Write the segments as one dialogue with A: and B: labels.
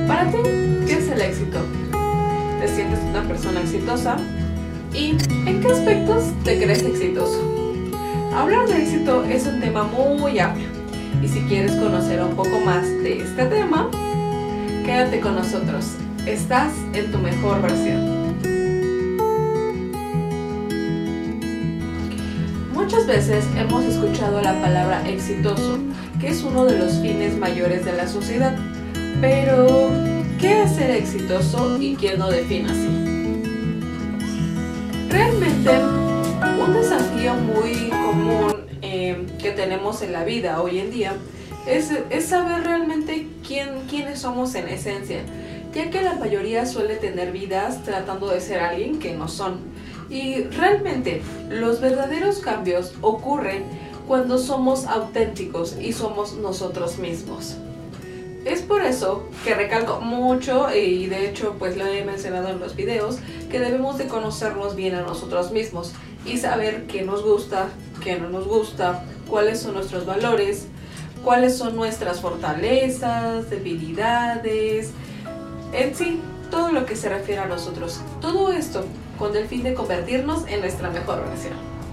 A: Para ti, ¿qué es el éxito? ¿Te sientes una persona exitosa? ¿Y en qué aspectos te crees exitoso? Hablar de éxito es un tema muy amplio y si quieres conocer un poco más de este tema, quédate con nosotros. Estás en tu mejor versión. Muchas veces hemos escuchado la palabra exitoso, que es uno de los fines mayores de la sociedad. Pero, ¿qué es ser exitoso y quién lo define así? Realmente, un desafío muy común que tenemos en la vida hoy en día es saber realmente quiénes somos en esencia, ya que la mayoría suele tener vidas tratando de ser alguien que no son. Y realmente los verdaderos cambios ocurren cuando somos auténticos y somos nosotros mismos. Es por eso que recalco mucho, y de hecho pues lo he mencionado en los videos, que debemos de conocernos bien a nosotros mismos y saber qué nos gusta, qué no nos gusta, cuáles son nuestros valores, cuáles son nuestras fortalezas, debilidades, en sí, todo lo que se refiere a nosotros. Todo esto con el fin de convertirnos en nuestra mejor versión.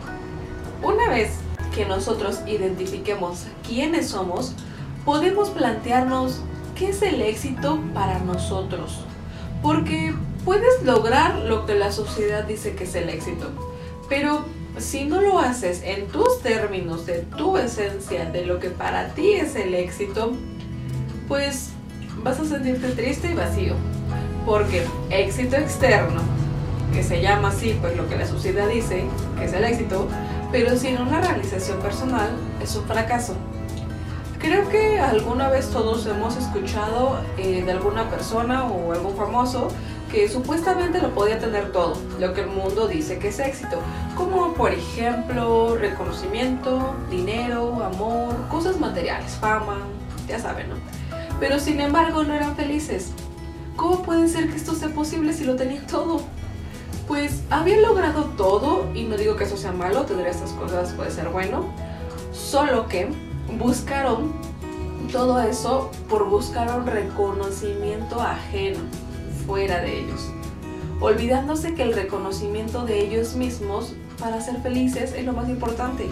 A: Una vez que nosotros identifiquemos quiénes somos, podemos plantearnos qué es el éxito para nosotros. Porque puedes lograr lo que la sociedad dice que es el éxito, pero si no lo haces en tus términos, de tu esencia, de lo que para ti es el éxito, pues vas a sentirte triste y vacío. Porque éxito externo, que se llama así, pues lo que la sociedad dice que es el éxito, pero sin una realización personal es un fracaso. Creo que alguna vez todos hemos escuchado de alguna persona o algún famoso que supuestamente lo podía tener todo, lo que el mundo dice que es éxito, como por ejemplo reconocimiento, dinero, amor, cosas materiales, fama, ya saben, ¿no? Pero sin embargo no eran felices. ¿Cómo puede ser que esto sea posible si lo tenían todo? Pues habían logrado todo, y no digo que eso sea malo, tener estas cosas puede ser bueno, solo que buscaron todo eso por buscar un reconocimiento ajeno, fuera de ellos, olvidándose que el reconocimiento de ellos mismos para ser felices es lo más importante.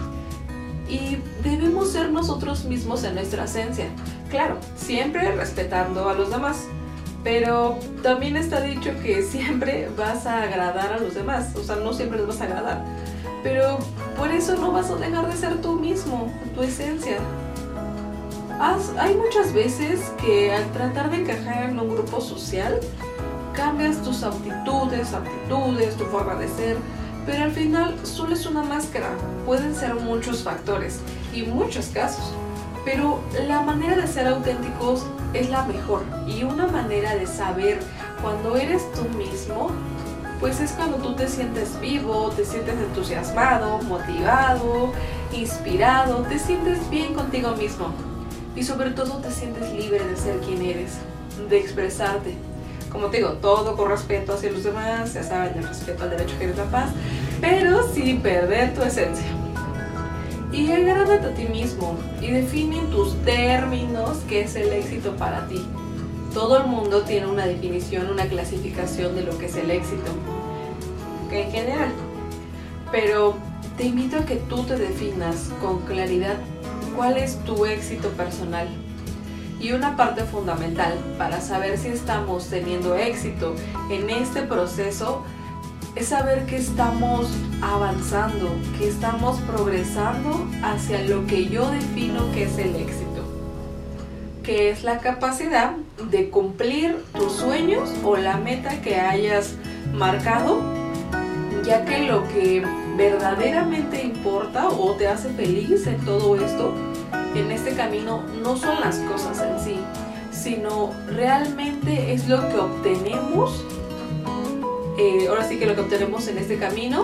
A: Y debemos ser nosotros mismos en nuestra esencia, claro, siempre respetando a los demás. Pero también está dicho que siempre vas a agradar a los demás, o sea, no siempre les vas a agradar. Pero por eso no vas a dejar de ser tú mismo, tu esencia. Hay muchas veces que al tratar de encajar en un grupo social, cambias tus aptitudes, tu forma de ser, pero al final solo es una máscara. Pueden ser muchos factores y muchos casos. Pero la manera de ser auténticos es la mejor, y una manera de saber cuando eres tú mismo, pues es cuando tú te sientes vivo, te sientes entusiasmado, motivado, inspirado, te sientes bien contigo mismo y sobre todo te sientes libre de ser quien eres, de expresarte. Como te digo, todo con respeto hacia los demás, ya saben, el respeto al derecho que es la paz, pero sin perder tu esencia. Y agrádate a ti mismo y define en tus términos qué es el éxito para ti. Todo el mundo tiene una definición, una clasificación de lo que es el éxito, en general. Pero te invito a que tú te definas con claridad cuál es tu éxito personal. Y una parte fundamental para saber si estamos teniendo éxito en este proceso es saber que estamos avanzando, que estamos progresando hacia lo que yo defino que es el éxito, que es la capacidad de cumplir tus sueños o la meta que hayas marcado, ya que lo que verdaderamente importa o te hace feliz en todo esto, en este camino, no son las cosas en sí, sino realmente es lo que obtenemos. Ahora sí que lo que obtenemos en este camino,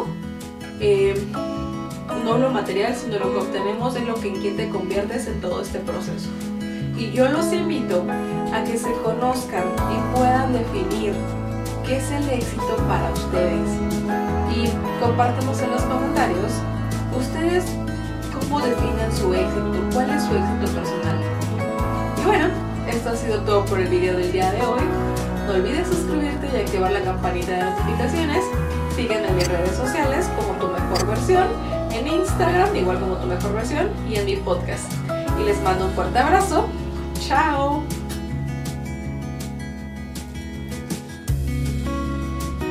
A: no lo material, sino lo que obtenemos es lo que en quien te conviertes en todo este proceso. Y yo los invito a que se conozcan y puedan definir qué es el éxito para ustedes. Y compártanos en los comentarios, ustedes cómo definen su éxito, cuál es su éxito personal. Y bueno, esto ha sido todo por el video del día de hoy. No olvides suscribirte y activar la campanita de notificaciones. Sígueme en mis redes sociales como Tu Mejor Versión, en Instagram igual como Tu Mejor Versión y en mi podcast. Y les mando un fuerte abrazo. ¡Chao!